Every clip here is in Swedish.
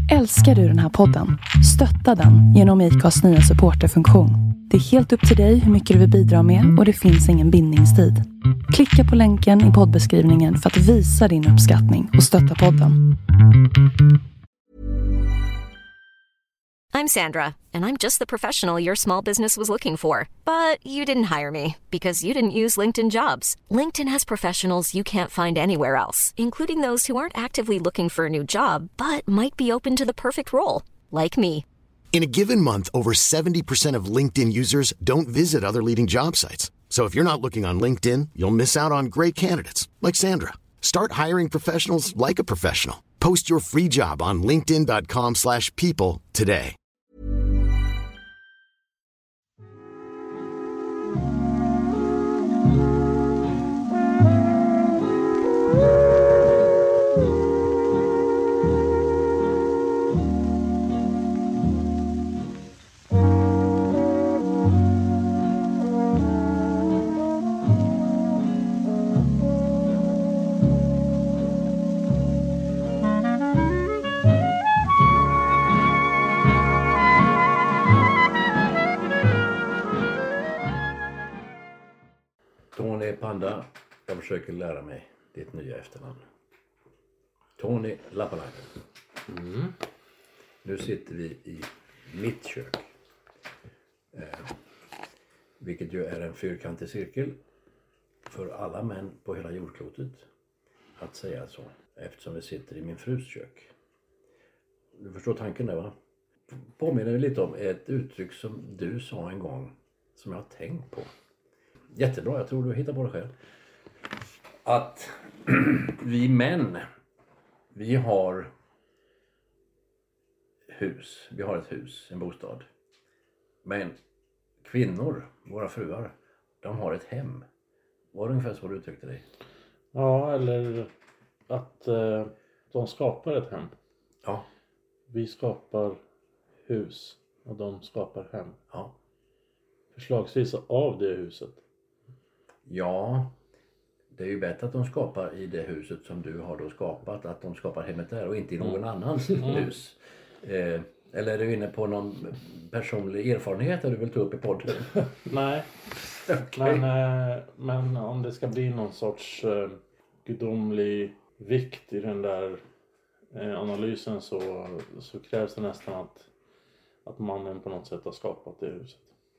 Älskar du den här podden? Stötta den genom IKAs nya supporterfunktion. Det är helt upp till dig hur mycket du vill bidra med och det finns ingen bindningstid. Klicka på länken i poddbeskrivningen för att visa din uppskattning och stötta podden. I'm Sandra, and I'm just the professional your small business was looking for. But you didn't hire me because you didn't use LinkedIn Jobs. LinkedIn has professionals you can't find anywhere else, including those who aren't actively looking for a new job, but might be open to the perfect role, like me. In a given month, over 70% of LinkedIn users don't visit other leading job sites. So if you're not looking on LinkedIn, you'll miss out on great candidates like Sandra. Start hiring professionals like a professional. Post your free job on linkedin.com/people today. Tony Panda, jag försöker lära mig ditt nya efternamn. Tony Lapalainen. Nu sitter vi i mitt kök. Vilket ju är en fyrkantig cirkel för alla män på hela jordklotet. Att säga så. Eftersom vi sitter i min frus kök. Du förstår tanken där, va? Påminner lite om ett uttryck som du sa en gång. Som jag har tänkt på. Jättebra, jag tror du hittar på det själv. Att vi män, vi har hus. Vi har ett hus, en bostad. Men kvinnor, våra fruar, de har ett hem. Var det ungefär så du uttryckte dig? Ja, eller att de skapar ett hem. Ja. Vi skapar hus och de skapar hem. Ja. Förslagsvis av det huset. Ja, det är ju bättre att de skapar i det huset som du har då skapat. Att de skapar hemmet där och inte i någon annans hus. Eller är du inne på någon personlig erfarenhet du vill ta upp i podden? Nej, Okay. men om det ska bli någon sorts gudomlig vikt i den där analysen så krävs det nästan att mannen på något sätt har skapat det huset.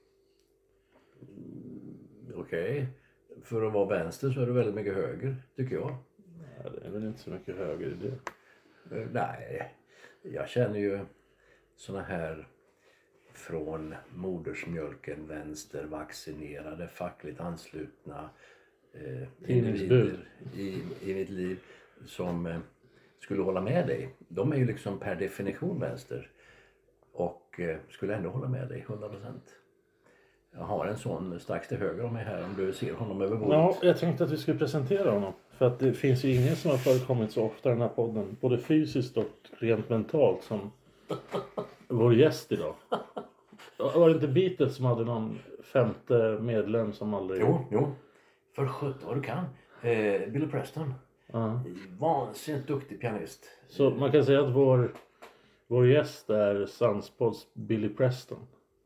Okej. För att vara vänster så är du väldigt mycket höger, tycker jag. Ja, det är väl inte så mycket höger i det. Nej, jag känner ju såna här från modersmjölken, vänster, vaccinerade, fackligt anslutna individer i mitt liv som skulle hålla med dig. De är ju liksom per definition vänster och skulle ändå hålla med dig 100%. Jag har en sån strax till höger om mig här om du ser honom över bordet. Ja, jag tänkte att vi skulle presentera honom. För att det finns ju ingen som har förekommit så ofta i den här podden. Både fysiskt och rent mentalt som vår gäst idag. Var det inte Beatles som hade någon femte medlem som aldrig... Jo. För 17 vad du kan. Billy Preston. Vansinnigt duktig pianist. Så man kan säga att vår gäst är Sundspots Billy Preston.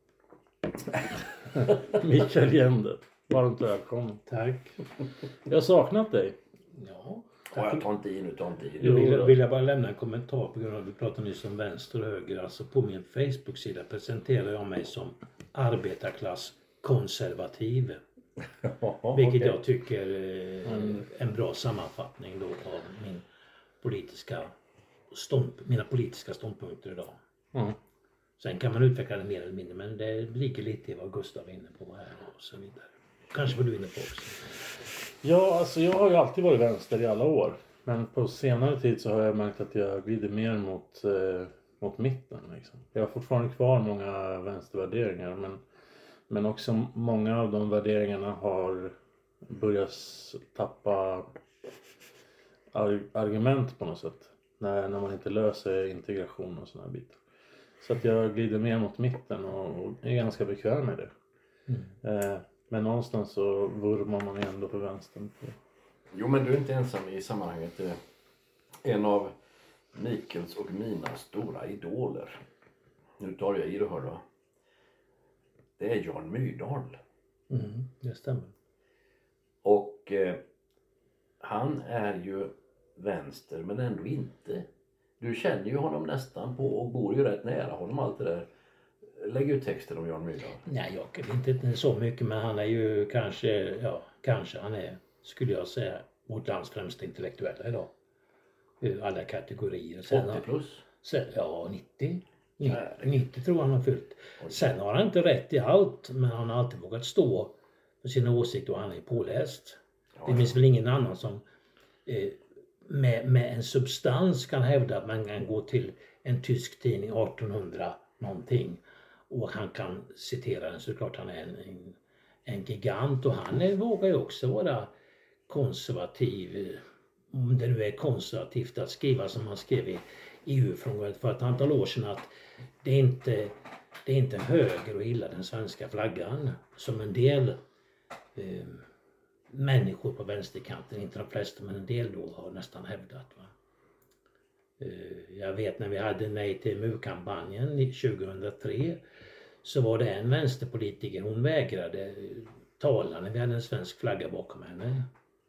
Mikael Jende. Varmt välkommen. Tack. Jag har saknat dig. Ja. Jag tar inte in. Vill jag bara lämna en kommentar på grund av att vi pratade nyss om vänster och höger. Alltså på min Facebook-sida presenterar jag mig som arbetarklass konservativ. Vilket jag tycker är en bra sammanfattning då av mina politiska ståndpunkter idag. Mm. Sen kan man utveckla det mer eller mindre, men det ligger lite i vad Gustav är inne på här och så vidare. Kanske vad du är inne på också. Ja, alltså jag har ju alltid varit vänster i alla år. Men på senare tid så har jag märkt att jag glider mer mot mitten. Liksom. Jag har fortfarande kvar många vänstervärderingar. Men också många av de värderingarna har börjat tappa argument på något sätt. När man inte löser integration och sådana bitar. Så att jag glider mer mot mitten och är ganska bekväm med det. Men någonstans så vurmar man ändå för vänstern. Jo, men du är inte ensam i sammanhanget. En av Mikaels och mina stora idoler. Nu tar jag i det, hör du. Det är Jan Myrdal. Det stämmer. Och han är ju vänster men ändå inte. Du känner ju honom nästan på och bor ju rätt nära honom, allt det där. Lägg ut texten om Jan Myrdal. Nej, jag vet inte så mycket, men han är ju kanske han är, skulle jag säga, vårt lands främsta intellektuella idag. Ur alla kategorier. Sen 80 plus? Ja, 90. 90 tror jag han har fyllt. Sen har han inte rätt i allt, men han har alltid vågat stå för sina åsikter och han är påläst. Det finns väl ingen annan som med en substans kan hävda att man kan gå till en tysk tidning 1800 någonting och han kan citera den, så klart han är en gigant, och han vågar ju också vara konservativ, om det nu är konservativt att skriva som han skrev i EU-frågan för ett antal år sedan, att det är inte höger att gilla den svenska flaggan som en del människor på vänsterkanten, inte de flesta men en del då, har nästan hävdat. Va? Jag vet när vi hade Nej till EMU-kampanjen 2003 så var det en vänsterpolitiker, hon vägrade tala när vi hade en svensk flagga bakom henne.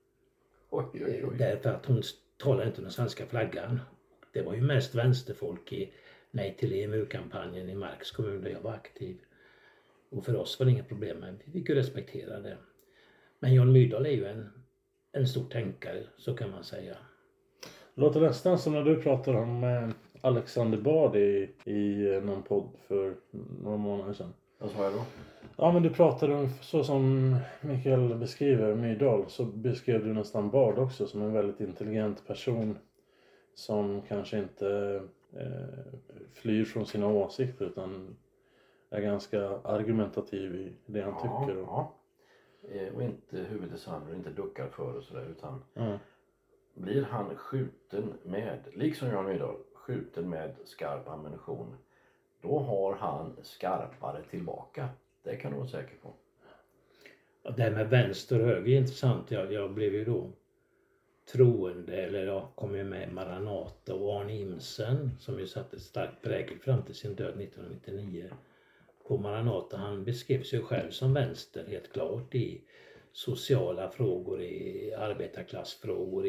Oj. Därför att hon talade inte om den svenska flaggan. Det var ju mest vänsterfolk i Nej till EMU-kampanjen i Marks kommun där jag var aktiv. Och för oss var det inget problem, men vi fick ju respektera det. Men Jan Myrdal är ju en stor tänkare, så kan man säga. Det låter nästan som när du pratar om Alexander Bard i någon podd för några månader sedan. Vad sa jag då? Ja, men du pratade om, så som Mikael beskriver Myrdal, så beskrev du nästan Bard också som en väldigt intelligent person som kanske inte flyr från sina åsikter utan är ganska argumentativ i det han tycker. Ja. Och inte huvudet i sanden och inte duckar för och sådär, utan blir han skjuten med, liksom Jan Myrdal, skjuten med skarp ammunition, då har han skarpare tillbaka. Det kan du vara säker på. Det här med vänster och höger är intressant. Jag blev ju då troende, eller jag kom ju med Maranata och Arne Imsen som ju satte ett starkt prägel fram till sin död 1999. På Maranata, han beskrev sig själv som vänster helt klart i sociala frågor, i arbetarklassfrågor,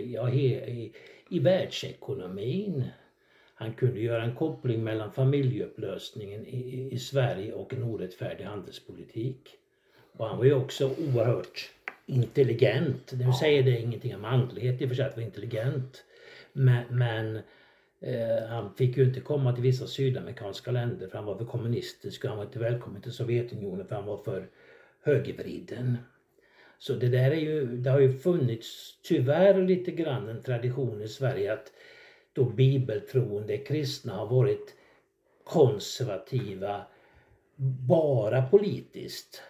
i världsekonomin. Han kunde göra en koppling mellan familjeupplösningen i Sverige och en orättfärdig handelspolitik. Och han var ju också oerhört intelligent. Nu säger det ingenting om andlighet i och för sig att vara intelligent. Men han fick ju inte komma till vissa sydamerikanska länder för han var för kommunistisk, och han var inte välkommen till Sovjetunionen för han var för högervriden. Så det har ju funnits tyvärr lite grann en tradition i Sverige att då bibeltroende kristna har varit konservativa bara politiskt.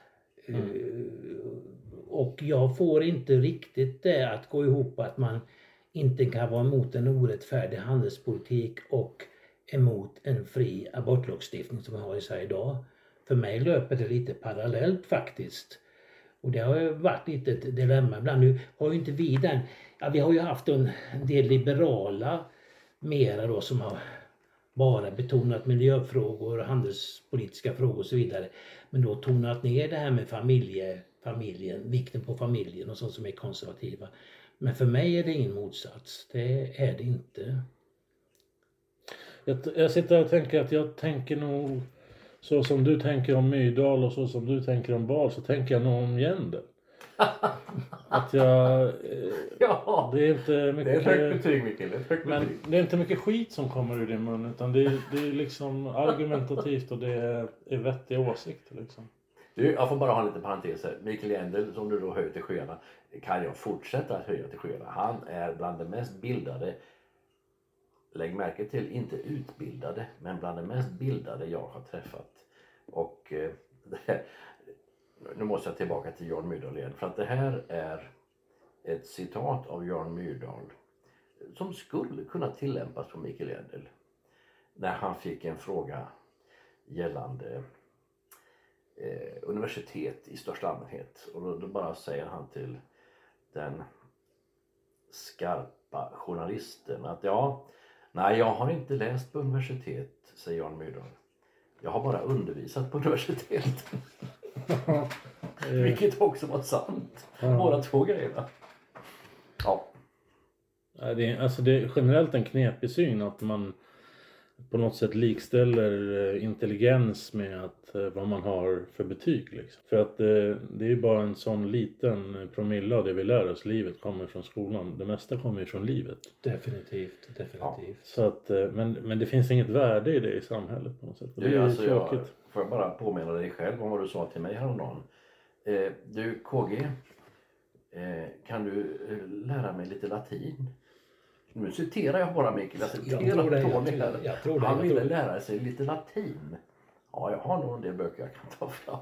Och jag får inte riktigt det att gå ihop att man inte kan vara emot en orättfärdig handelspolitik och emot en fri abortlagstiftning som vi har i Sverige idag. För mig löper det lite parallellt faktiskt. Och det har ju varit lite ett dilemma ibland. Nu har ju inte vi den, vi har ju haft en del liberala mera då som har bara betonat miljöfrågor, handelspolitiska frågor och så vidare. Men då tonat ner det här med familjen, vikten på familjen och sånt som är konservativa. Men för mig är det ingen motsats. Det är det inte. Jag sitter och tänker att jag tänker nog så som du tänker om Myrdal och så som du tänker om Bard, så tänker jag nog om Gändel. Att jag... Ja, det är inte mycket... Det är ett högt betyg, Mikael. Men det är inte mycket skit som kommer ur din mun, utan det är liksom argumentativt och det är vettiga åsikter liksom. Du, jag får bara ha en liten parentes här. Mikael Gändel, som du då höjer till skyarna, kan jag fortsätta att höja till skyarna. Han är bland de mest bildade, lägg märke till, inte utbildade, men bland de mest bildade jag har träffat. Och nu måste jag tillbaka till Jan Myrdal igen, för att det här är ett citat av Jan Myrdal som skulle kunna tillämpas på Mikael Gändel när han fick en fråga gällande universitet i största allmänhet. Och då bara säger han till den skarpa journalisten att Nej, jag har inte läst på universitet, säger Jan Myrdal. Jag har bara undervisat på universitet. Vilket också var sant. Båda två grejerna. Ja. Det är generellt en knepig syn att man på något sätt likställer intelligens med vad man har för betyg. Liksom. För att det är ju bara en sån liten promille av det vi lär oss. Livet kommer från skolan. Det mesta kommer ju från livet. Definitivt. Ja. Så att, men det finns inget värde i det i samhället på något sätt. Det är ju tråkigt. Får jag bara påminna dig själv om vad du sa till mig häromdagen. Du KG, kan du lära mig lite latin? Nu citerar jag bara Mikael. Jag tror det. Han ville lära sig lite latin. Ja, jag har nog en del böcker jag kan ta fram.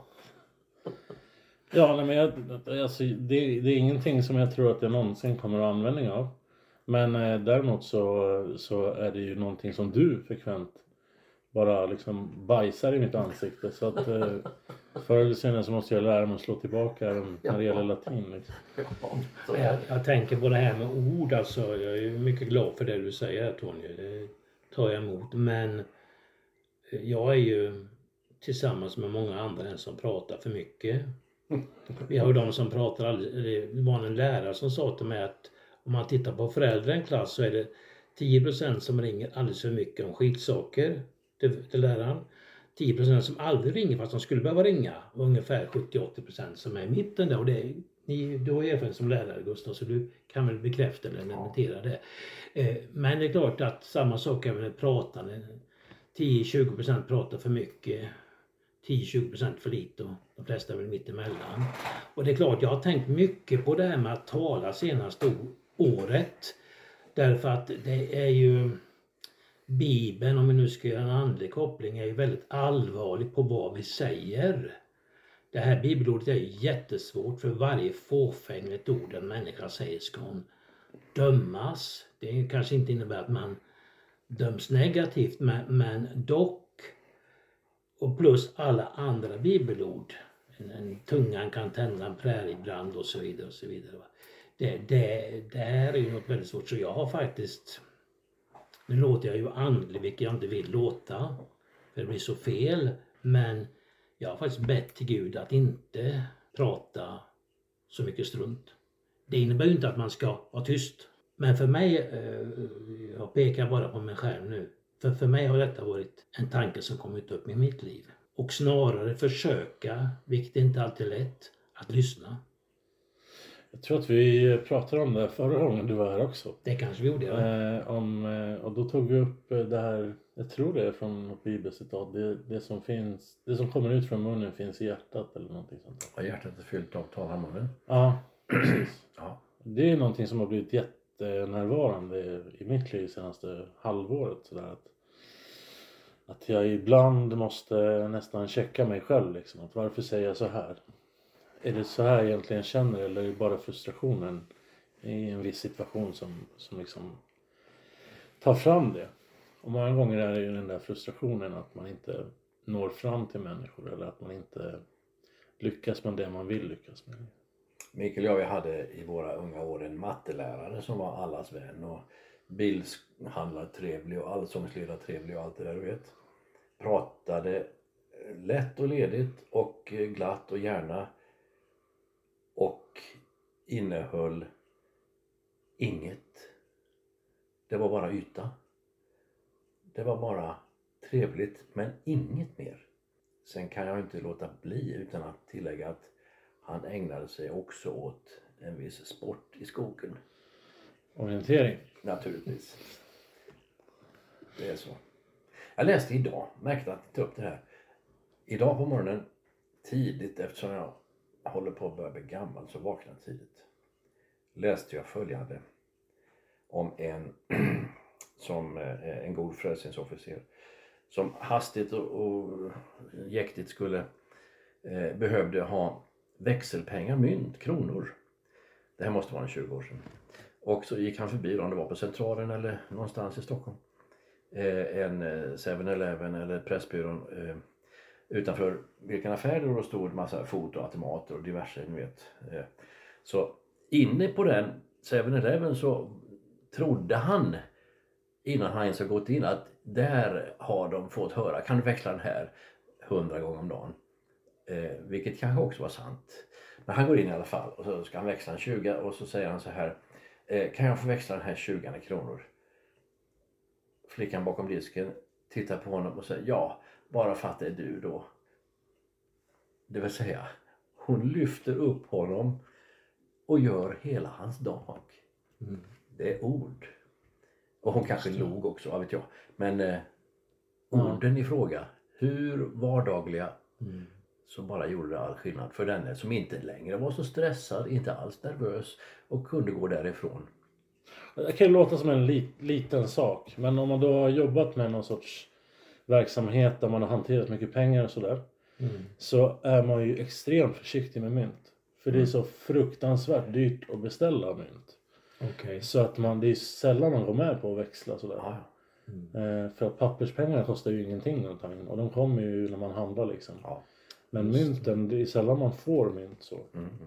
Ja, men det är ingenting som jag tror att jag någonsin kommer att användning av. Men däremot så är det ju någonting som du frekvent bara liksom bajsar i mitt ansikte. Så att förr eller senare så måste jag lära mig att slå tillbaka även när det gäller latin. Liksom. Jag tänker på det här med ord. Alltså, jag är mycket glad för det du säger här, Tony. Det tar jag emot. Men jag är ju tillsammans med många andra den som pratar för mycket. Vi har ju de som pratar alldeles. Det var en lärare som sa till mig att om man tittar på föräldrar i en klass så är det 10% som ringer alldeles för mycket om skitsaker till läraren. 10% som aldrig ringer fast de skulle behöva ringa. Och ungefär 70-80% som är i mitten där. Och du har erfarenhet som lärare, Gustav, så du kan väl bekräfta eller dementera det. Men det är klart att samma sak även med pratande. 10-20% pratar för mycket. 10-20% för lite och de flesta är väl mitt emellan. Och det är klart, jag har tänkt mycket på det här med att tala senaste året. Därför att det är ju Bibeln, om vi nu ska göra en andlig koppling, är ju väldigt allvarlig på vad vi säger. Det här bibelordet är ju jättesvårt, för varje fåfängligt ord en människa säger ska hon dömas. Det kanske inte innebär att man döms negativt, men dock. Och plus alla andra bibelord. En tungan kan tända en präriebrand och så vidare och så vidare. Det här är ju något väldigt svårt. Så jag har faktiskt, nu låter jag ju andlig vilket jag inte vill låta. För det blir så fel. Men jag har faktiskt bett till Gud att inte prata så mycket strunt. Det innebär ju inte att man ska vara tyst. Men för mig, jag pekar bara på mig själv nu. För mig har detta varit en tanke som kommit upp i mitt liv. Och snarare försöka, vilket inte alltid är lätt, att lyssna. Jag tror att vi pratade om det förra gången du var här också. Det kanske vi gjorde, ja. Och då tog vi upp det här, jag tror det är från något bibelcitat. Det som kommer ut från munnen finns i hjärtat eller någonting sånt. Ja, hjärtat är fyllt av talar munnen. Ja, precis. Ja. Det är någonting som har blivit jättenärvarande i mitt liv senaste halvåret. Sådär att jag ibland måste nästan checka mig själv. Liksom, att varför säger jag så här? Är det så här jag egentligen känner, eller är det bara frustrationen i en viss situation som liksom tar fram det? Och många gånger är det ju den där frustrationen att man inte når fram till människor, eller att man inte lyckas med det man vill lyckas med. Mikael och jag, vi hade i våra unga år en mattelärare som var allas vän och bilhandlare trevlig och allsångsledare trevlig och allt det där, du vet. Pratade lätt och ledigt och glatt och gärna och innehöll inget. Det var bara yta. Det var bara trevligt, men inget mer. Sen kan jag inte låta bli utan att tillägga att han ägnade sig också åt en viss sport i skogen. Orientering. Naturligtvis. Det är så. Jag läste idag, märkte att jag tog upp det här. Idag på morgonen tidigt, eftersom jag håller på att börja bli gammal så vaknade tidigt. Läste jag följande om en god frälsningsofficer som hastigt och jäktigt behövde ha växelpengar, mynt, kronor. Det här måste vara en 20 år sedan. Och så gick han förbi, om det var på Centralen eller någonstans i Stockholm, en 7-Eleven eller Pressbyrån utanför vilken affär det då stod massa fotoautomater och diverse, ni vet. Så inne på den 7-Eleven så trodde han innan han ens har gått in att där har de fått höra, kan du växla den här 100 gånger om dagen? Vilket kanske också var sant. Men han går in i alla fall och så ska han växla en 20 och så säger han så här, kan jag få växla den här 20 kronor? Flickan bakom disken tittar på honom och säger, ja, bara för att det är du då. Det vill säga, hon lyfter upp honom och gör hela hans dag. Det är ord. Och hon kanske log också, vad vet jag. Men orden i fråga, hur vardagliga, så bara gjorde det all skillnad för denne som inte längre var så stressad, inte alls nervös och kunde gå därifrån. Det kan ju låta som en liten sak, men om man då har jobbat med någon sorts verksamhet där man har hanterat mycket pengar och sådär, så är man ju extremt försiktig med mynt. För det är så fruktansvärt dyrt att beställa mynt. Okay. Så att det är sällan man går med på att växla sådär. Ja. För att papperspengarna kostar ju ingenting att ta in. Och de kommer ju när man handlar liksom. Ja. Men mynten, det är sällan man får mynt så.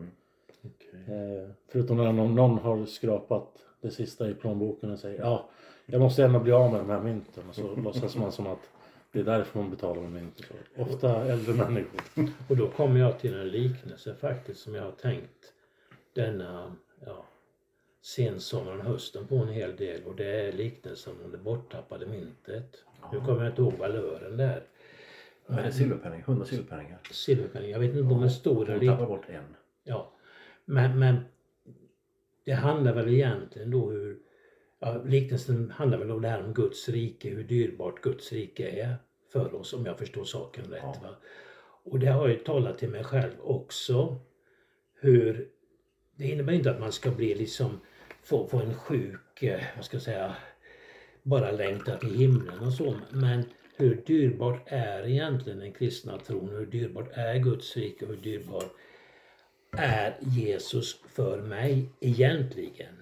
Okay. Förutom när någon har skrapat det sista i plånboken och säger, ja, jag måste ändå bli av med de här mynten. Och så låtsas man som att det är därför man betalar med mynt. Så. Ofta äldre människor. Och då kommer jag till en liknelse faktiskt som jag har tänkt denna sensommaren, hösten på en hel del. Och det är liknelsen om det borttappade myntet. Nu kommer jag inte ihåg valören där. Men silverpenning, 100 silverpenningar. Silverpenning, jag vet inte om de är stora. De tappar bort en. Ja, men det handlar väl egentligen då hur, liknelsen handlar väl om det här om Guds rike, hur dyrbart Guds rike är för oss, om jag förstår saken rätt. Va? Och det har jag ju talat till mig själv också, hur det innebär inte att man ska bli liksom, få en sjuk, vad ska jag säga, bara längta till himlen och så, men hur dyrbart är egentligen den kristna tron, hur dyrbart är Guds rike, hur dyrbar är Jesus för mig egentligen.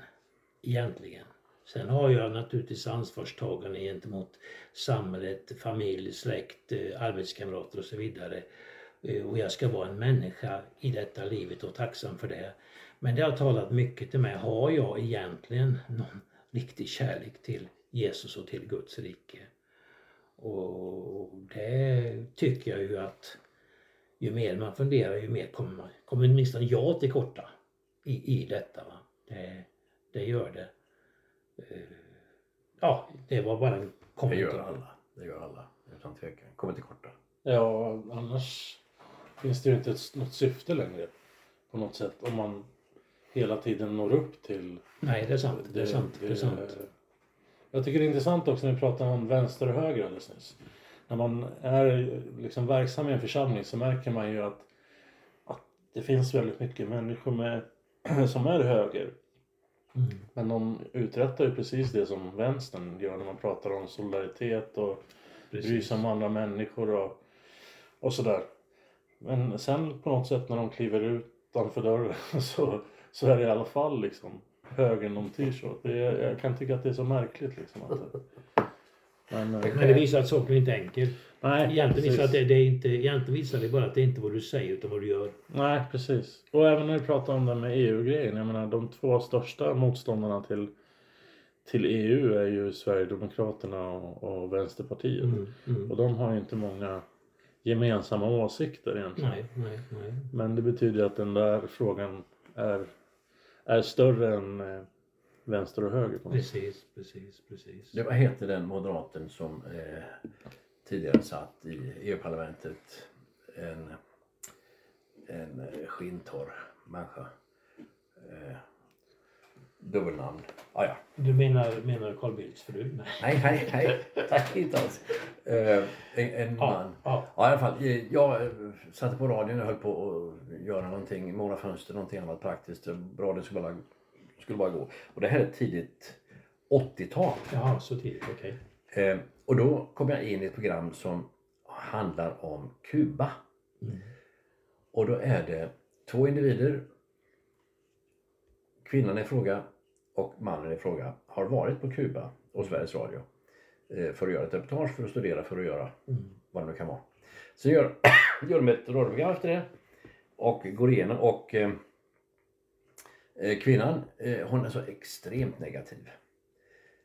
Sen har jag naturligtvis ansvarstagande gentemot samhället, familj, släkt, arbetskamrater och så vidare. Och jag ska vara en människa i detta livet och tacksam för det. Men det har talat mycket till mig. Har jag egentligen någon riktig kärlek till Jesus och till Guds rike? Och det tycker jag ju att ju mer man funderar, ju mer kommer åtminstone jag till korta i detta. Va? Det gör det. Ja, det var bara en kommentar. Det gör alla. Utan tvekan. Kommer till korta. Ja, annars finns det ju inte något syfte längre. På något sätt. Om man hela tiden når upp till... Nej, det är sant. Det är sant. Jag tycker det är intressant också när vi pratar om vänster och höger alldeles nyss. När man är liksom verksam i en församling så märker man ju att det finns väldigt mycket människor som är höger. Men de uträttar ju precis det som vänstern gör när man pratar om solidaritet och bry sig om andra människor och sådär. Men sen på något sätt när de kliver utanför dörren så är det i alla fall liksom högern de tyr så. Jag kan tycka att det är så märkligt liksom. Men det visar att saker inte är enkelt. Nej, egentligen visar att egentligen visar det bara att det inte är vad du säger utan vad du gör. Nej, precis. Och även när vi pratar om det med EU-grejen. Jag menar, de två största motståndarna till EU är ju Sverigedemokraterna och Vänsterpartiet. Och de har ju inte många gemensamma åsikter egentligen. Nej. Men det betyder att den där frågan är större än vänster och höger. Precis. Det var heter den moderaten som tidigare satt i EU-parlamentet, en skintorr människa. Dubbelnamn. Ja. Du menar Carl Bildts fru? Nej. Tack, inte alls. En man. Ja, i alla fall. Jag satte på radion och höll på att göra någonting, måla fönster, någonting annat praktiskt. Radion skulle bara gå. Och det här är tidigt 80-tal. Ja, så tidigt, okej. Och då kom jag in i ett program som handlar om Kuba. Och då är det 2 individer. Kvinnan i fråga och mannen i fråga har varit på Kuba och Sveriges Radio för att göra ett reportage, för att studera, för att göra vad det nu kan vara. Så gör de ett radioprogram efter det och går igenom och kvinnan, hon är så extremt negativ.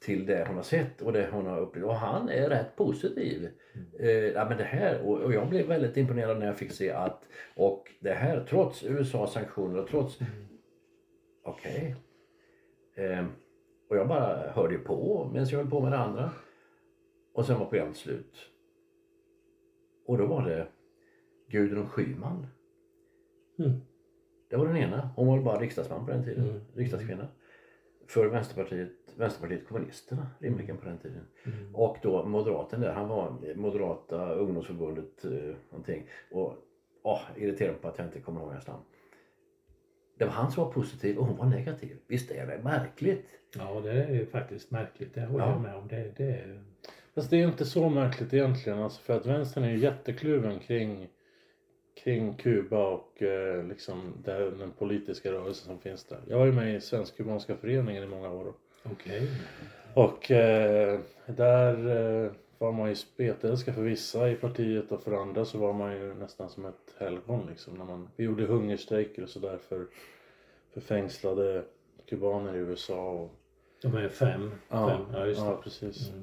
till det hon har sett och det hon har upplevt. Och han är rätt positiv. Ja, men det här, och jag blev väldigt imponerad när jag fick se att, och det här trots USAs sanktioner och trots, okej. Och jag bara hörde på medan jag höll på med det andra. Och sen var programmet slut. Och då var det Gudrun Schyman. Det var den ena. Hon var bara riksdagsman på den tiden. Riksdagskvinna. För Vänsterpartiet kommunisterna rimligen på den tiden. Och då moderaten där, han var Moderata ungdomsförbundet någonting. Och irriterad på att jag inte kommer ihåg hans namn. Det var han som var positiv och hon var negativ. Visst är det märkligt? Ja, det är ju faktiskt märkligt. Det håller jag med om. Fast det är inte så märkligt egentligen. Alltså, för att vänstern är ju jättekluven kring Kuba och liksom den politiska rörelsen som finns där. Jag var ju med i Svensk-Kubanska föreningen i många år. Okej. Och där var man ju spetälska för vissa i partiet och för andra så var man ju nästan som ett helgon liksom. När vi gjorde hungerstrejker och sådär för fängslade kubaner i USA. Och... De är 5. Ja, just det. Ja, precis.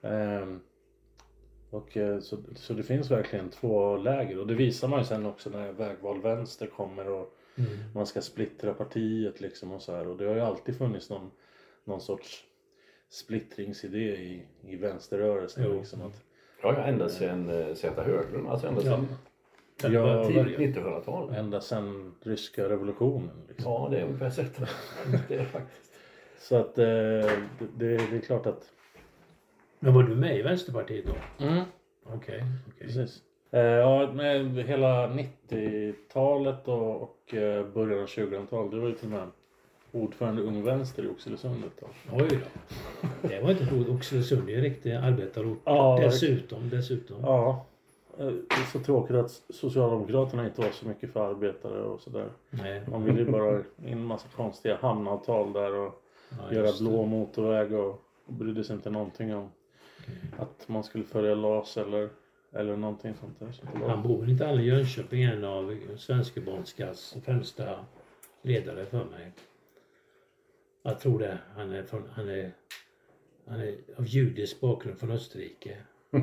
Och så det finns verkligen två läger och det visar man ju sen också när Vägval Vänster kommer och man ska splittra partiet liksom och så här. Och det har ju alltid funnits någon sorts splittringsidé i vänsterrörelsen liksom att... Ja, ända sedan Z Höglund, alltså ända sedan tidigt 1900-tal. Ända sedan ryska revolutionen liksom. Ja, det är ungefär sätt. Det är faktiskt. Så att det är klart att... Men var du med i Vänsterpartiet då? Okej. Precis. Ja, med hela 90-talet och början av 2000-talet. Det var ju till och med ordförande Ung Vänster i Oxelösundet då. Oj då. Det var inte roligt. Oxelösund är en riktig arbetarort. Dessutom. Ja. Det är så tråkigt att Socialdemokraterna inte var så mycket för arbetare och sådär. Nej. Man ville ju bara in en massa konstiga hamnavtal där och göra blå motorväg och brydde sig inte någonting om att man skulle följa LAS eller någonting sånt där. Så han bor inte alla i Jönköping, en av Svensk-Kubanskas främsta ledare för mig. Jag tror det. Han är av judisk bakgrund från Österrike.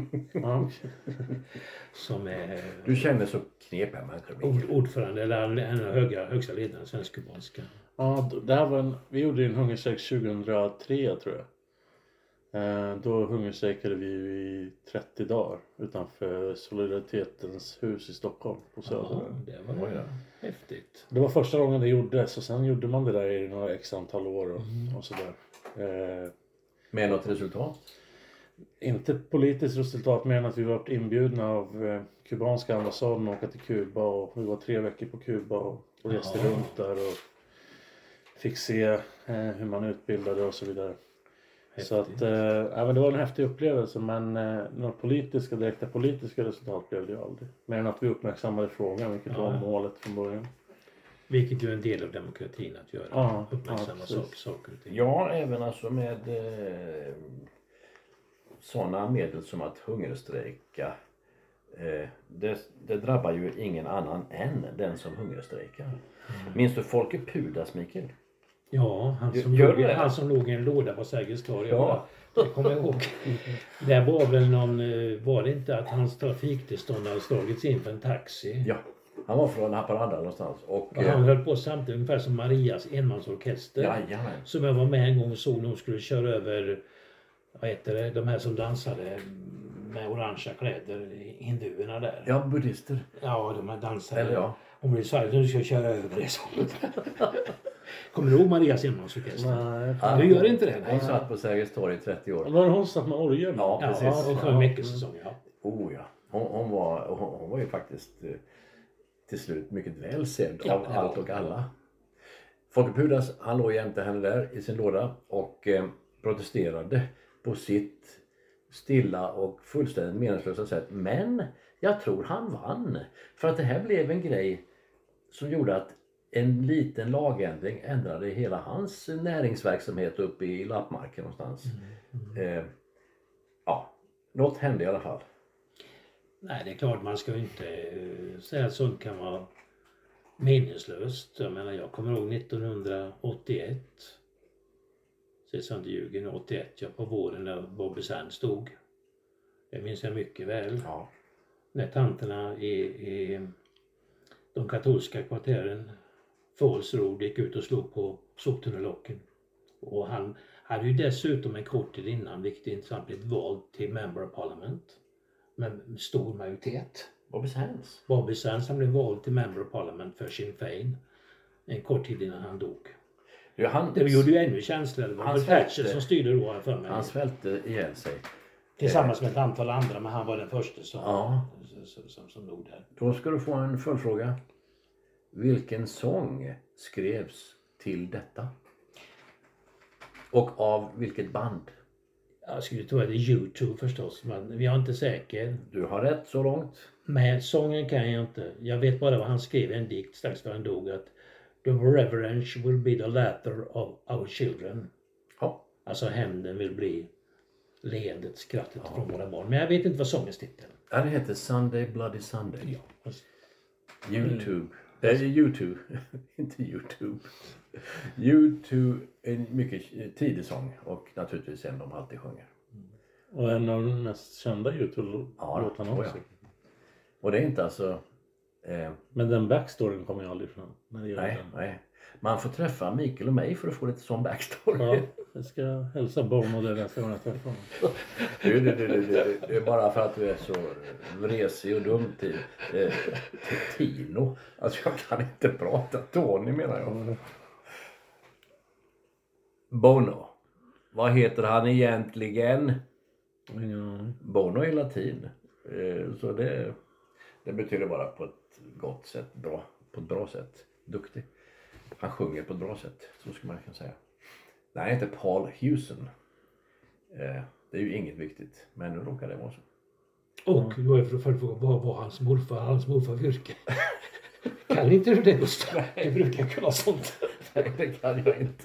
Som är... Du känner så knepiga människor. Ordförande eller en av högsta ledaren Svensk-Kubanska. Ja, det här vi gjorde en hungerstrejk 2003 tror jag. Då hungerstrejkade vi i 30 dagar utanför Solidaritetens hus i Stockholm på Söder. Det var häftigt. Det var första gången det gjordes och sen gjorde man det där i några x antal år och sådär. Med något resultat? Inte politiskt resultat mer än att vi var inbjudna av kubanska ambassaden att åka till Kuba och vi var 3 veckor på Kuba och reste runt där och fick se hur man utbildade och så vidare. Häftigt. Så att men det var en häftig upplevelse men några direkta politiska resultat blev det ju aldrig. Mer än att vi uppmärksammade frågan vilket var målet från början. Vilket ju är en del av demokratin att göra. Uppmärksamma saker och ting. Ja, även alltså med sådana medel som att hungerstrejka. Det drabbar ju ingen annan än den som hungerstrejkar. Minns du Folke Pudas, Mikael? Ja, han som låg i en låda på Sergels torg. Ja. Det kommer jag ihåg. Det var väl var det inte att hans trafiktillstånd hade slagits in för en taxi? Ja, han var från Haparanda någonstans. Och han höll på samtidigt ungefär som Marias enmansorkester. Jajamän. Som jag var med en gång och såg när de skulle köra över, vad heter det, de här som dansade med orangea kläder, hinduerna där. Ja, buddhister. Ja, de här dansade. Eller ja. Om vi sa att du ska köra över det så. Kommer du ihåg Marias enmansorkester? Nej. Du gör inte det? Hon satt på Sergels torg i 30 år. Var det hon satt med orgeln? Ja, precis. Ja, och sjöng veckosäsong, ja. Oh ja. Hon var ju faktiskt till slut mycket väl sedd av allt och alla. Folke Pudas, han låg jämte henne där i sin låda och protesterade på sitt stilla och fullständigt meningslösa sätt. Men jag tror han vann. För att det här blev en grej som gjorde att en liten lagändring ändrade hela hans näringsverksamhet uppe i Lappmarken någonstans. Något hände i alla fall. Nej, det är klart man ska ju inte säga att sånt kan vara meningslöst. Jag menar, jag kommer ihåg 1981. så jag inte ljuger, 81, ja, på våren när Bobby Sands dog. Det minns jag mycket väl. Ja. När tanterna i de katolska kvarteren Falls Road gick ut och slog på soptunnellocken. Och han hade ju dessutom en kort tid innan, vilket är intressant, blivit vald till Member of Parliament med stor majoritet. Bobby Sands han blev vald till Member of Parliament för Sinn Féin en kort tid innan han dog. Det gjorde ju ännu känsligare. Det var Thatcher som styrde då för mig. Han svälte ihjäl sig. Tillsammans med ett antal andra, men han var den första som dog där. Då ska du få en följdfråga. Vilken sång skrevs till detta? Och av vilket band? Jag skulle tro att det är U2 förstås, men jag är inte säker. Du har rätt så långt. Med sången kan jag inte. Jag vet bara vad han skrev i en dikt strax före han dog, att the reverence will be the laughter of our children. Ja. Alltså hämnden vill bli leendet, skrattet från våra barn. Men jag vet inte vad sångens titel. Ja, det heter Sunday Bloody Sunday. Ja. YouTube. YouTube. Inte YouTube. YouTube är en mycket tidig sång och naturligtvis en de alltid sjunger. Och en av de mest kända YouTube-låtarna också. Ja. Och det är inte alltså... Men den backstoryn kommer jag aldrig från. Nej. Man får träffa Mikael och mig för att få lite sån backstory. Ja, jag ska hälsa Bono det nästa gång jag träffar honom. Det är bara för att du är så vresig och dum till Tino. Alltså jag kan inte prata. Tony menar jag. Bono. Vad heter han egentligen? Bono är latin. Så det betyder bara på ett gott sätt, bra, på ett bra sätt, duktig. Han sjunger på ett bra sätt, så ska man kunna säga. Nej, han heter Paul Hewson. Det är ju inget viktigt, men nu råkar det vara så. Och då är för att fråga, vad var hans morfar yrke? Kan inte du det, Gustav? Du brukar kunna sånt. Nej, det kan jag inte.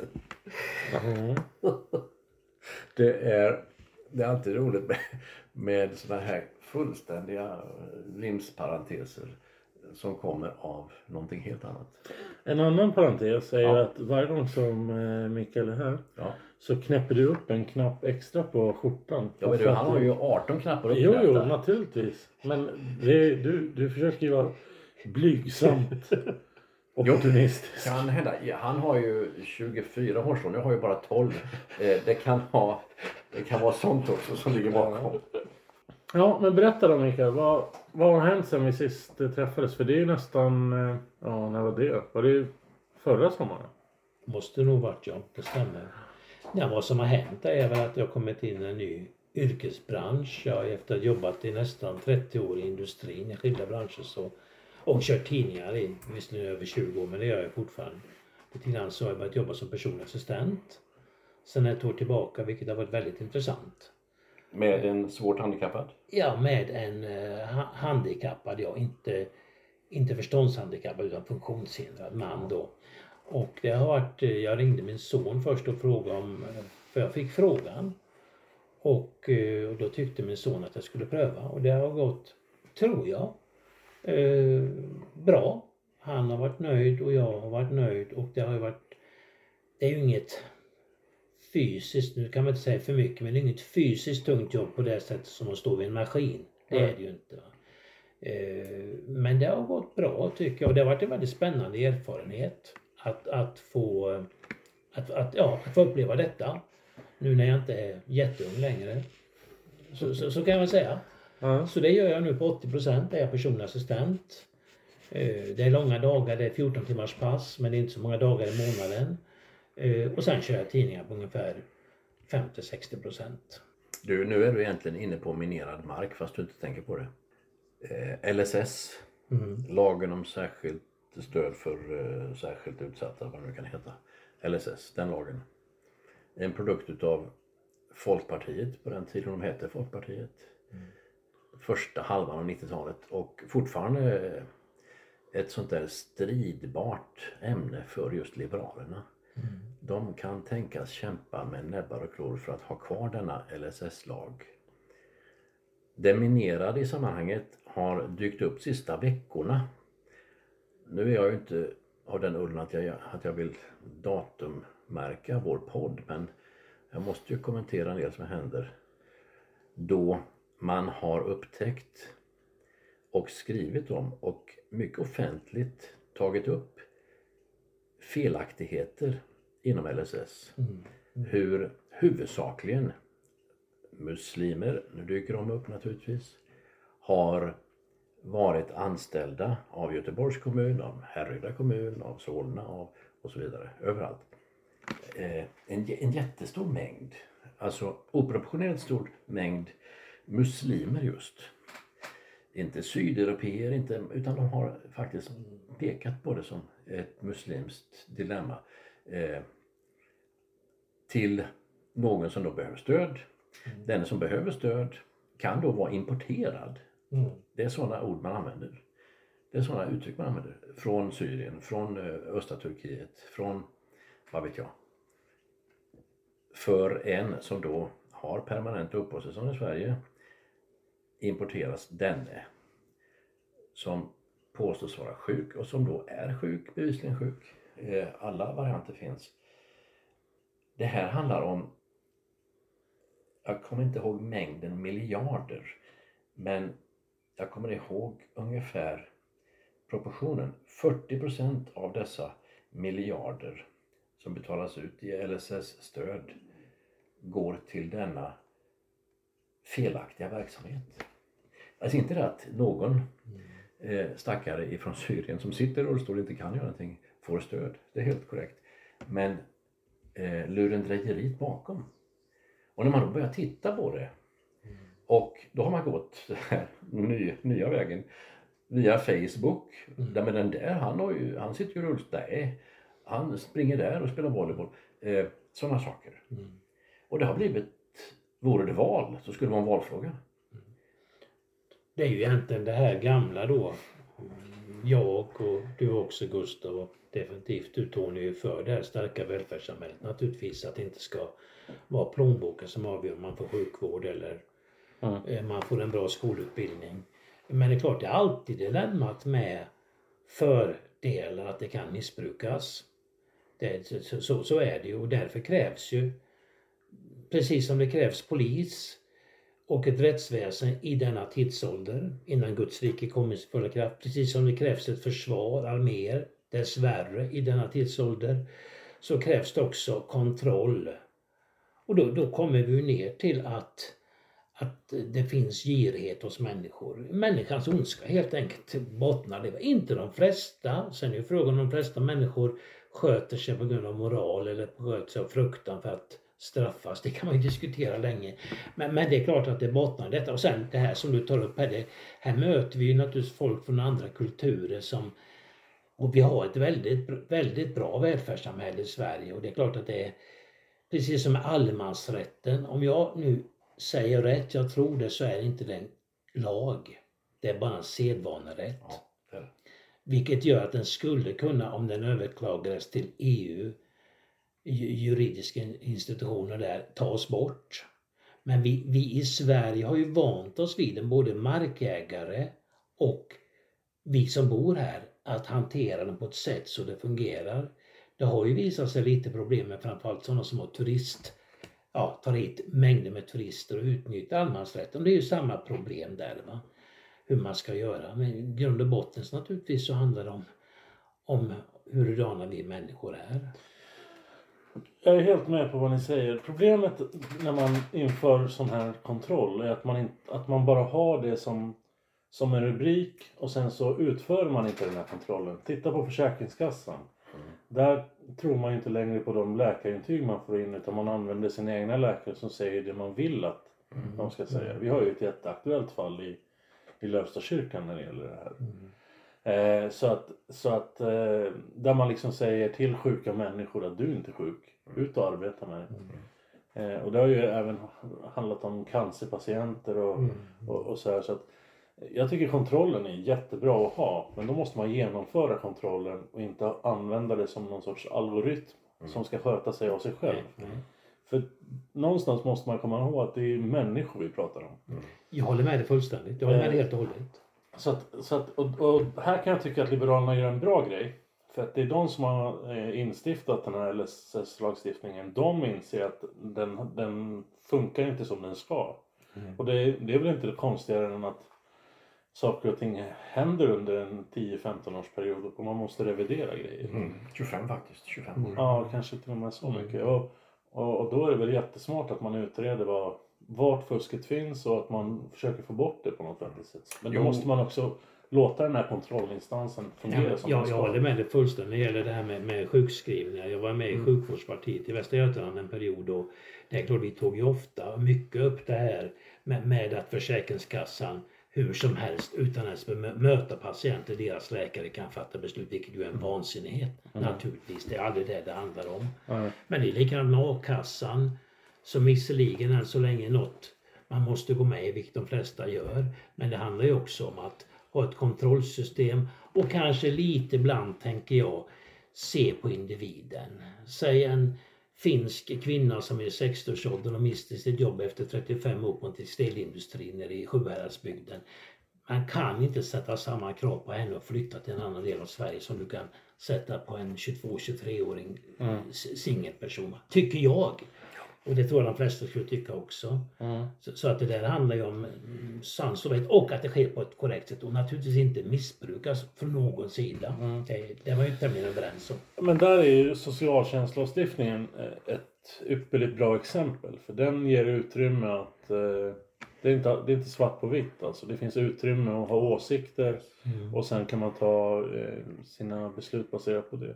Det är alltid roligt med såna här fullständiga rimsparenteser som kommer av någonting helt annat. En annan parentes är ju att varje gång som Mikael är här så knäpper du upp en knapp extra på skjortan. Ja, men han har ju 18 knappar upp. Jo, naturligtvis. Men du försöker ju vara blygsamt opportunistisk. Kan hända. Ja, han har ju 24 hårstrån, jag har ju bara 12. Det kan vara sånt också som ligger bakom. Ja, men berätta då Mikael, vad har hänt sen vi sist träffades? För det är ju nästan, när var det? Var det förra sommaren? Måste nog varit, ja, det stämmer. Ja, vad som har hänt är väl att jag kommit in i en ny yrkesbransch. Jag efter att ha jobbat i nästan 30 år i industrin i skilda branscher och kört tidningar i visserligen över 20 år, men det gör jag fortfarande. Lite grann så har jag börjat jobba som personlig assistent sen ett år tillbaka, vilket har varit väldigt intressant. Med en svårt handikappad? Ja, med en handikappad, inte förståndshandikappad utan funktionshindrad man då. Och det har varit, jag ringde min son först och frågade för jag fick frågan. Och då tyckte min son att jag skulle pröva. Och det har gått, tror jag, bra. Han har varit nöjd och jag har varit nöjd. Och det är ju inget fysiskt, nu kan man inte säga för mycket, men det är inget fysiskt tungt jobb på det sättet som att stå vid en maskin. Det är det ju inte. Men det har gått bra tycker jag. Och det har varit en väldigt spännande erfarenhet att få uppleva detta. Nu när jag inte är jätteung längre. Så kan man säga. Så det gör jag nu på 80%. Det är jag personlig assistent. Det är långa dagar, det är 14 timmars pass, men det är inte så många dagar i månaden. Och sen kör jag tidningar på ungefär 50-60%. Nu är du egentligen inne på minerad mark fast du inte tänker på det. LSS, lagen om särskilt stöd för särskilt utsatta, vad det nu kan heta. LSS, den lagen. En produkt utav Folkpartiet på den tiden de hette Folkpartiet. Första halvan av 90-talet och fortfarande ett sånt där stridbart ämne för just liberalerna. De kan tänkas kämpa med näbbar och klor för att ha kvar denna LSS-lag. Det minerade i sammanhanget har dykt upp sista veckorna. Nu är jag ju inte av den ullen att jag vill datummärka vår podd, men Jag måste ju kommentera en del som händer. Då man har upptäckt och skrivit om och mycket offentligt tagit upp felaktigheter inom LSS. Hur huvudsakligen muslimer, nu dyker de upp naturligtvis, har varit anställda av Göteborgs kommun, av Härryda kommun, av Solna och så vidare, överallt. En jättestor mängd, alltså oproportionerligt stor mängd muslimer just. Inte sydeuropeer, utan de har faktiskt pekat på det som ett muslimskt dilemma. Till någon som då behöver stöd. Den som behöver stöd kan då vara importerad. Det är sådana ord man använder. Det är sådana uttryck man använder. Från Syrien, från östra Turkiet, från vad vet jag. För en som då har permanent uppehållstillstånd i Sverige importeras denne som påstås vara sjuk och som då är sjuk, bevisligen sjuk. Alla varianter finns. Det här handlar om, jag kommer inte ihåg mängden miljarder, men jag kommer ihåg ungefär proportionen. 40% av dessa miljarder som betalas ut i LSS-stöd går till denna felaktiga verksamhet. Alltså inte det att någon stackare ifrån Syrien som sitter i rullstol och inte kan göra någonting får stöd. Det är helt korrekt. Men lurendrejeriet bakom. Och när man då börjar titta på det och då har man gått nya vägen via Facebook. Där med den där, han sitter ju i rullstol. Han springer där och spelar volleyboll. Sådana saker. Och det har blivit, vore det val så skulle det vara en valfråga. Det är ju egentligen det här gamla då. Jag och du också, Gustav, och definitivt du, Tony, är för det här starka välfärdssamhället. Naturligtvis att det inte ska vara plånboken som avgör om man får sjukvård eller man får en bra skolutbildning. Men det är klart, det är alltid dilemmat med fördelar att det kan missbrukas. Så är det ju, och därför krävs ju, precis som det krävs polis och ett rättsväsen i denna tidsålder innan Guds rike kommer i fulla kraft, precis som det krävs ett försvar, arméer, dessvärre i denna tidsålder, så krävs det också kontroll. Och då kommer vi ner till att det finns girighet hos människor. Människans ondska helt enkelt bottnar det. Inte de flesta, sen är frågan om de flesta människor sköter sig på grund av moral eller sköter sig av fruktan för att straffas. Det kan man ju diskutera länge. Men det är klart att det bottnar detta. Och sen det här som du tar upp här, här möter vi ju naturligtvis folk från andra kulturer och vi har ett väldigt, väldigt bra välfärdssamhälle i Sverige. Och det är klart att det är precis som med allemansrätten. Om jag nu säger rätt, jag tror det, så är det inte den lag. Det är bara en sedvanerätt. Ja, vilket gör att den skulle kunna, om den överklagades till EU, juridiska institutioner där, tas bort. Men vi i Sverige har ju vant oss vid den, både markägare och vi som bor här, att hantera den på ett sätt så det fungerar. Det har ju visat sig lite problem med framförallt sådana som har tar hit mängder med turister och utnyttjar allemansrätten. Det är ju samma problem där, va? Hur man ska göra. Men i grund och botten så naturligtvis så handlar det om hurdana vi människor är. Jag är helt med på vad ni säger. Problemet när man inför sån här kontroll är att man bara har det som en rubrik och sen så utför man inte den här kontrollen. Titta på Försäkringskassan. Där tror man inte längre på de läkarintyg man får in, utan man använder sina egna läkare som säger det man vill att de ska säga. Vi har ju ett jätteaktuellt fall i Lövstakyrkan när det gäller det här. Så att där man liksom säger till sjuka människor att du inte är sjuk, ut och arbeta med det. Och det har ju även handlat om cancerpatienter och så här. Så att jag tycker kontrollen är jättebra att ha, men då måste man genomföra kontrollen och inte använda det som någon sorts algoritm som ska sköta sig av sig själv. För någonstans måste man komma ihåg att det är människor vi pratar om. Jag håller med dig fullständigt. Jag håller med dig helt och hållet. Och här kan jag tycka att Liberalerna gör en bra grej. För att det är de som har instiftat den här LSS-lagstiftningen. De inser att den funkar inte som den ska. Och det är väl inte det konstigare än att saker och ting händer under en 10-15 års period och man måste revidera grejer. 25 faktiskt, 25 år. Ja, kanske till och med så mycket. Och då är det väl jättesmart att man utreder vart fusket finns och att man försöker få bort det på något vettigt sätt. Men då måste man också låta den här kontrollinstansen fungera som den ska. Jag håller med dig fullständigt när det gäller det här med sjukskrivningar. Jag var med i sjukvårdspartiet i Västra Götaland en period och det är klart vi tog ju ofta mycket upp det här med att Försäkringskassan hur som helst utan ens möta patienter, deras läkare kan fatta beslut, vilket ju är en vansinnighet naturligtvis. Det är aldrig det handlar om. Men det är likadant med a-kassan som visserligen än så länge något man måste gå med i, vilket de flesta gör. Men det handlar ju också om att ha ett kontrollsystem och kanske lite ibland tänker jag se på individen. Säg en finsk kvinna som är 60-årsåldern och mister sitt jobb efter 35 år på en textilindustri nere i Sjuhäradsbygden. Man kan inte sätta samma krav på henne och flytta till en annan del av Sverige som du kan sätta på en 22-23-åring singelperson. Tycker jag. Och det tror jag de flesta skulle tycka också. Så att det där handlar ju om sans och vett och att det sker på ett korrekt sätt och naturligtvis inte missbrukas från någon sida. Det var ju tämligen överens om. Men där är ju socialtjänstlagstiftningen ett ypperligt bra exempel. För den ger utrymme att det är inte svart på vitt. Alltså. Det finns utrymme att ha åsikter och sen kan man ta sina beslut baserat på det.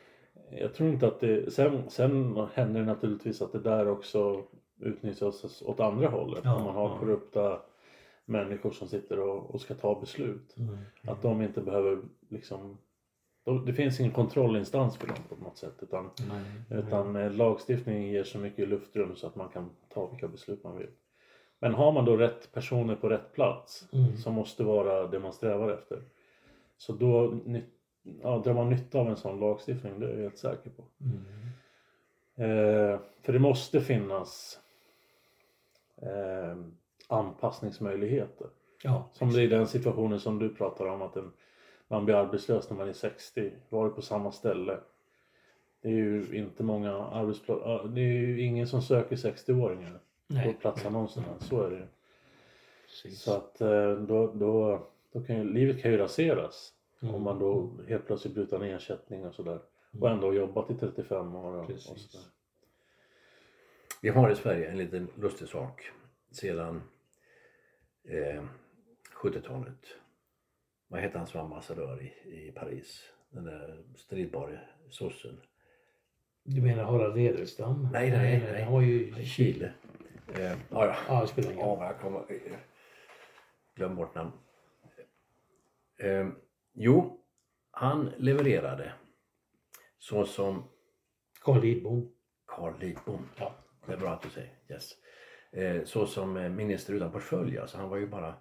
Jag tror inte att det... Sen händer det naturligtvis att det där också utnyttjas åt andra hållet. Om man har korrupta människor som sitter och ska ta beslut. Att de inte behöver liksom... Det finns ingen kontrollinstans för dem på något sätt. Utan lagstiftningen ger så mycket luftrum så att man kan ta vilka beslut man vill. Men har man då rätt personer på rätt plats som måste vara det man strävar efter. Så då drar man nytta av en sån lagstiftning, det är jag helt säker på. För det måste finnas anpassningsmöjligheter. Som det är den situationen som du pratar om, att man blir arbetslös när man är 60, varit på samma ställe. Det är ju inte många det är ju ingen som söker 60-åringar på platsannonserna, så är det. Precis. Så att då kan ju, livet kan ju raseras om man då helt plötsligt blir utan ersättning och sådär. Och ändå jobbat i 35 år och sådär. Vi har i Sverige en liten lustig sak sedan 70-talet. Vad heter han som var ambassadör i Paris? Den där stridbara sossen. Du menar Harald Edelstam? Nej. Han var ju i Chile. Det spelar ingen roll. Jag kommer glöm bort namn. Han levererade så som Carl Lidbom. Ja. Det är bra att du säger. Yes. Så som minister utan portfölj. Alltså han var ju bara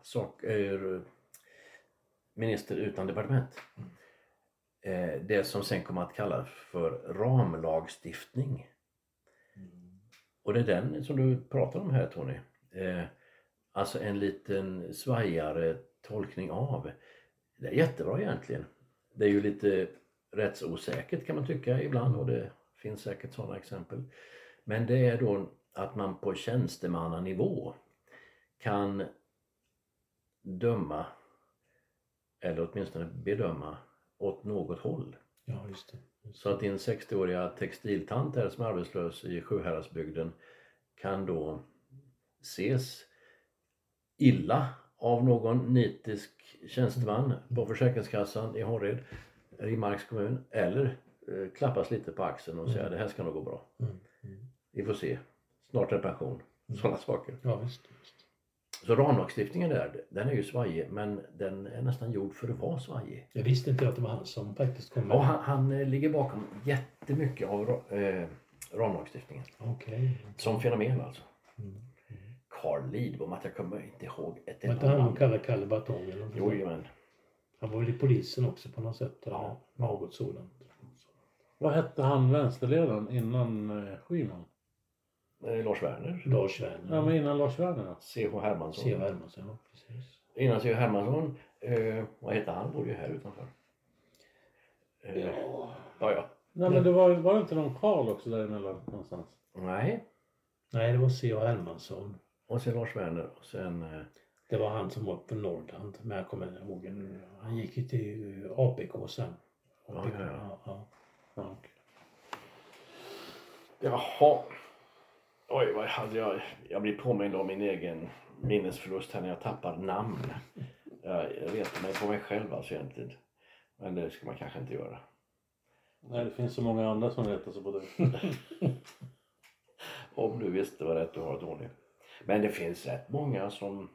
minister utan departement. Det som sen kommer att kallas för ramlagstiftning. Och det är den som du pratar om här, Tony. Alltså en liten svajare tolkning av. Det är jättebra egentligen. Det är ju lite rättsosäkert kan man tycka ibland, och det finns säkert sådana exempel. Men det är då att man på tjänstemannanivå kan döma eller åtminstone bedöma åt något håll. Ja, just det. Så att din 60-åriga textiltant här som är arbetslös i Sjuhäradsbygden kan då ses illa av någon nitisk tjänsteman på Försäkringskassan i Hånred, i Marks kommun, eller klappas lite på axeln och säga det här ska nog gå bra. Vi får se. Snart är pension. Sådana saker. Ja, visst. Så ramlagstiftningen där, den är ju svajig, men den är nästan gjord för att vara svajig. Jag visste inte att det var han som faktiskt kom med. Ja, han ligger bakom jättemycket av ramlagstiftningen. Okay. Som fenomen alltså. Carl Lidbom, att jag kommer inte ihåg ett enda namn. Han kallar Kalle Batong eller något. Jo, men. Han var väl i polisen också på något sätt. Ja. Något sådant. Vad hette han vänsterledaren innan Schyman? Lars Werner. Ja, men innan Lars Werner då? C.H. Hermansson. C.H. Hermansson, ja, precis. Innan C.H. Hermansson, vad heter han? Bor ju här utanför. Ja. Nej, men det var inte någon Karl också däremellan någonstans? Nej. Nej, det var C.A. Hermansson. Och sen Lars Werner och sen... Det var han som var på Norrland. Men jag kommer ihåg. Han gick ju till APK sen. APK, ja. Jaha. Oj, vad hade jag blir påmind om min egen minnesförlust här när jag tappar namn. Jag vet mig på mig själv alltså egentligen. Men det ska man kanske inte göra. Nej, det finns så många andra som retar sig på det. Om du visste vad rätt du har, Tony. Men det finns rätt många som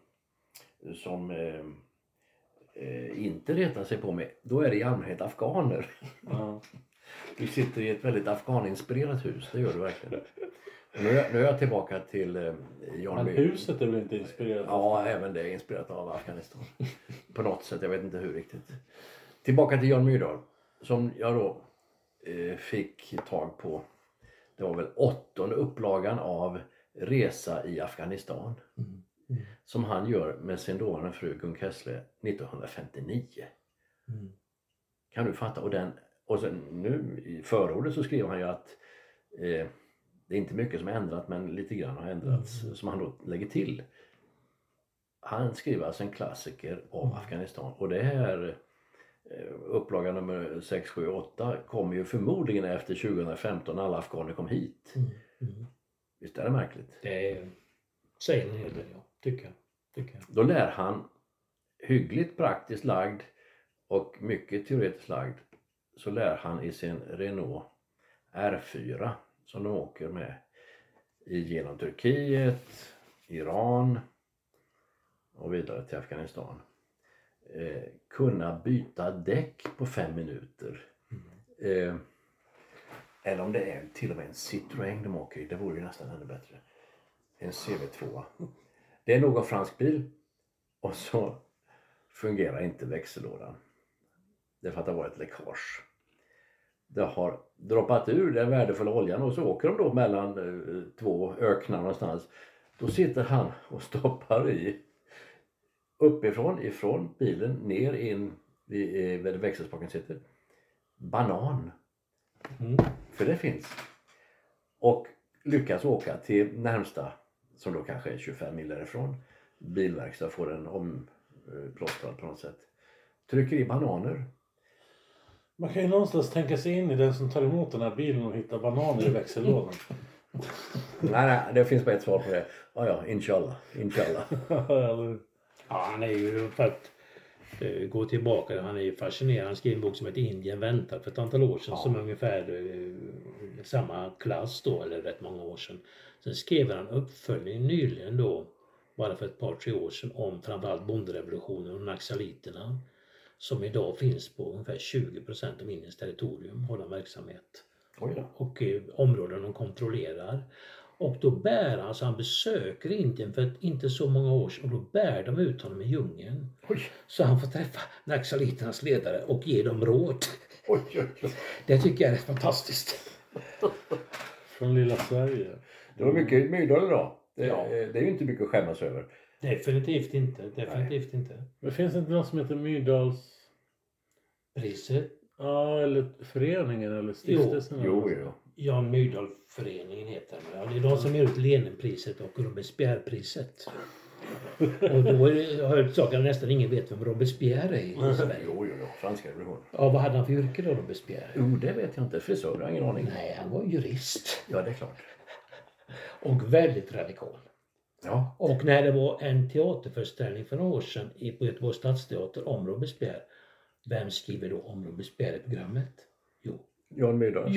inte retar sig på mig. Då är det i allmänhet afghaner. Ja. Du sitter i ett väldigt afghaninspirerat hus, det gör du verkligen. Nu är jag tillbaka till Jan Men Myrdal. huset är väl inte inspirerat? Ja, även det är inspirerat av Afghanistan. På något sätt, jag vet inte hur riktigt. Tillbaka till Jan Myrdal. Som jag då fick tag på. Det var väl 8:e upplagan av Resa i Afghanistan. Som han gör med sin dåvarande fru Gun Kessler 1959. Kan du fatta? Och sen nu i förordet så skriver han ju att det är inte mycket som har ändrat, men lite grann har ändrats som han då lägger till. Han skriver alltså en klassiker om Afghanistan, och det här upplaga nummer 6, 7, 8 kommer ju förmodligen efter 2015 när alla afghaner kom hit. Visst är det märkligt? Det säger en hel del, ja. Tycker jag. Då lär han hyggligt praktiskt lagd och mycket teoretiskt lagd, så lär han i sin Renault R4 som de åker med genom Turkiet, Iran och vidare till Afghanistan kunna byta däck på 5 minuter. Eller om det är till och med en Citroën de åker i, det vore ju nästan ännu bättre. En CV2. Det är någon fransk bil och så fungerar inte växellådan. Det är för att det har varit ett läckage. Det har droppat ur den värdefulla oljan och så åker de då mellan 2 öknar någonstans. Då sitter han och stoppar i ifrån bilen ner in vid växelspaken sitter banan. För det finns. Och lyckas åka till närmsta, som då kanske är 25 mil därifrån, bilverkstad, får den omplåstrad på något sätt. Trycker i bananer. Man kan ju någonstans tänka sig in i den som tar emot den här bilen och hittar bananer i växellådan. Nej, det finns bara ett svar på det. Ja, inshallah. Ja, han är ju, för att gå tillbaka, han är ju fascinerande. Han skrev en bok som heter Indien väntar för ett antal år sedan, som ungefär samma klass då, eller rätt många år sedan. Sen skrev han uppföljning nyligen då, bara för ett par, 3 år sedan, om framförallt bonderevolutionen och naxaliterna, som idag finns på ungefär 20% av Indiens territorium, har en verksamhet. Och områden de kontrollerar. Och då bär han, så han besöker Indien för inte så många år sedan, och då bär de ut honom i djungeln. Så han får träffa naxaliternas ledare och ge dem råd. Det tycker jag är fantastiskt. Från lilla Sverige. Det var mycket Myrdal då. Det är ju inte mycket att skämmas över. Definitivt inte. Inte. Men finns det inte något som heter Myrdals... Priset? Ja, eller föreningen eller stiftelsen? Jo. Ja, Myrdalföreningen heter det. Ja, det är de som ger ut Leninpriset och Robespierrepriset. Och då har jag hört att nästan ingen vet vem Robespierre är i Sverige. Jo, franska revolutionen. Ja, vad hade han för yrke då, Robespierre? Jo, det vet jag inte. Frisör, jag har ingen aning. Nej, han var jurist. Ja, det är klart. Och väldigt radikal. Ja. Och när det var en teaterföreställning för några år sedan på Göteborgs stadsteater om Robespierre, vem skriver då om Robespierre-programmet? Jo, Jan Myrdal.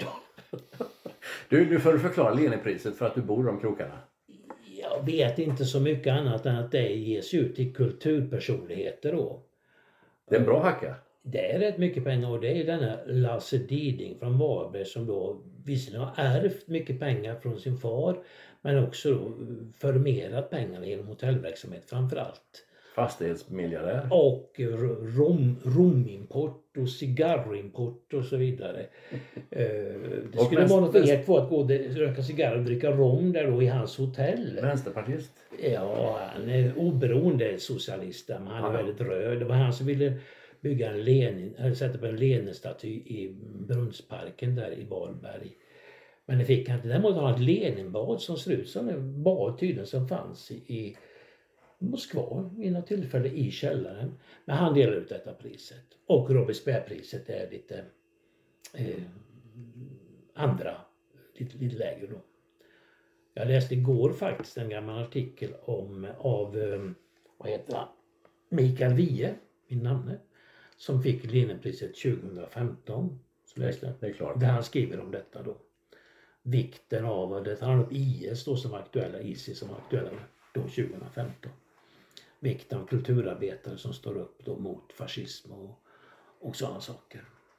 Du får förklara Leninpriset för att du bor i de krokarna. Jag vet inte så mycket annat än att det ges ut till kulturpersonligheter då. Det är en bra hacka. Det är rätt mycket pengar, och det är denna Lasse Diding från Varberg som då visserligen har ärvt mycket pengar från sin far, men också då förmerat pengarna genom hotellverksamhet framförallt. Fastighetsmiljardär. Och romimport och cigarrimport och så vidare. Det skulle vara något för er två att gå och röka cigarr och dricka rom där då i hans hotell. Vänsterpartist. Ja, han är oberoende socialist, men han är väldigt röd. Det var han som ville bygga en Lenin, eller sätta upp en Lenin-staty i Brunnsparken där i Varberg. Men det fick han inte. Däremot har han ett Leninbad som ser ut som en bad tydligen som fanns i Moskva i något tillfälle i källaren. Men han delar ut detta priset. Och Robespierre-priset är lite andra, lite lägre då. Jag läste igår faktiskt en gammal artikel av vad heter han? Mikael Wiehe, min namne, som fick Leninpriset 2015. Så läste jag. Det är klart. Där han skriver om detta då. Vikten av att han har upp IS då som aktuella, ISIS som aktuella då 2015. Vikten av kulturarbetare som står upp då mot fascism och sådana saker.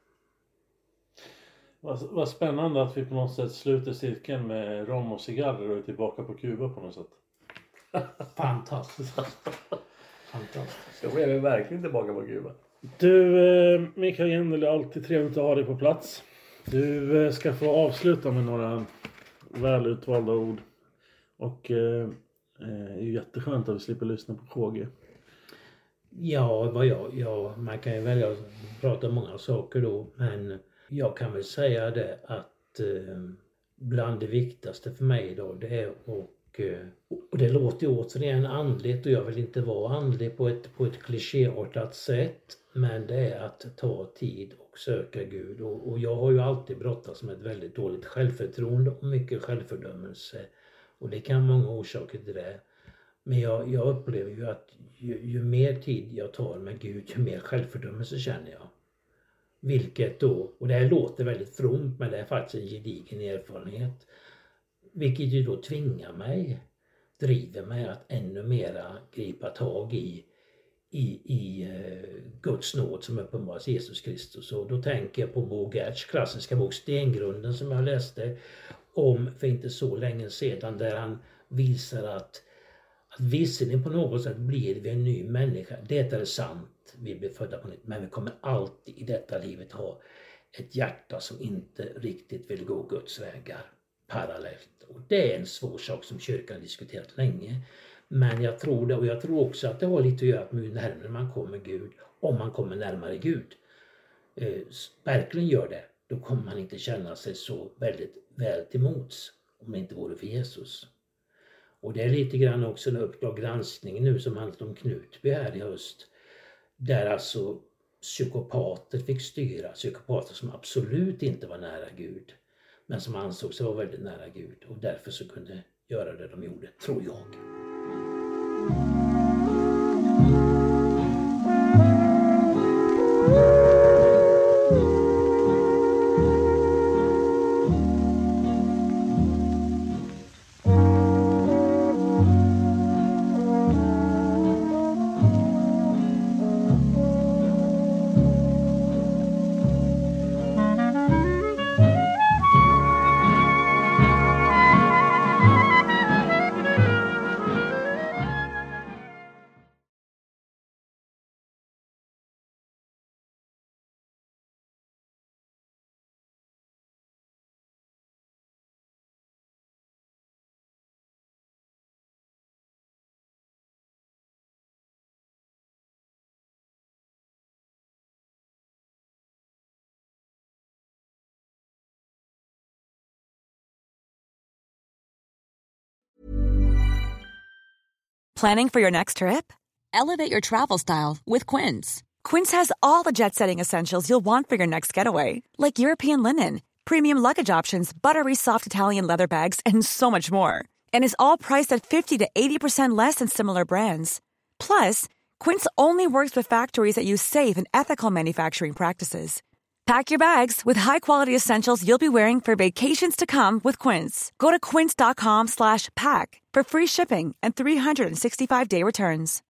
Vad spännande att vi på något sätt sluter cirkeln med rom och cigarrer och är tillbaka på Kuba på något sätt. Fantastiskt. Fantastiskt. Så är vi verkligen tillbaka på Kuba. Du, Mikael Jendel, det är alltid trevligt att ha dig på plats. Du ska få avsluta med några väl utvalda ord. Och det är ju jätteskönt att vi slipper lyssna på KG. Ja, man kan ju välja att prata om många saker då. Men jag kan väl säga det att bland det viktigaste för mig idag det är och det låter ju återigen andligt och jag vill inte vara andlig på ett klichéartat sätt. Men det är att ta tid och söka Gud. Och jag har ju alltid brottats med ett väldigt dåligt självförtroende och mycket självfördömelse. Och det kan vara många orsaker till det. Men jag upplever ju att ju mer tid jag tar med Gud, ju mer självfördömelse känner jag. Vilket då, och det här låter väldigt fromt men det är faktiskt en gedigen erfarenhet. Vilket ju då driver mig att ännu mera gripa tag i Guds nåd som uppenbaras Jesus Kristus. Och då tänker jag på Bo Gerts klassiska bok Stengrunden som jag läste om för inte så länge sedan, där han visar att visserligen på något sätt blir vi en ny människa. Det är sant, vi blir födda på nytt, men vi kommer alltid i detta livet ha ett hjärta som inte riktigt vill gå Guds vägar parallellt. Och det är en svår sak som kyrkan diskuterat länge. Men jag tror det, och jag tror också att det har lite att göra med hur närmare man kommer Gud, om man kommer närmare Gud. Verkligen gör det, då kommer man inte känna sig så väldigt väl till mots om det inte vore för Jesus. Och det är lite grann också en Uppdrag granskning nu som handlar om Knutby här i höst. Där alltså psykopater fick styra, psykopater som absolut inte var nära Gud. Men som ansåg sig vara väldigt nära Gud och därför så kunde göra det de gjorde, tror jag. Planning for your next trip? Elevate your travel style with Quince. Quince has all the jet-setting essentials you'll want for your next getaway, like European linen, premium luggage options, buttery soft Italian leather bags, and so much more. And is all priced at 50 to 80% less than similar brands. Plus, Quince only works with factories that use safe and ethical manufacturing practices. Pack your bags with high-quality essentials you'll be wearing for vacations to come with Quince. Go to quince.com/pack for free shipping and 365-day returns.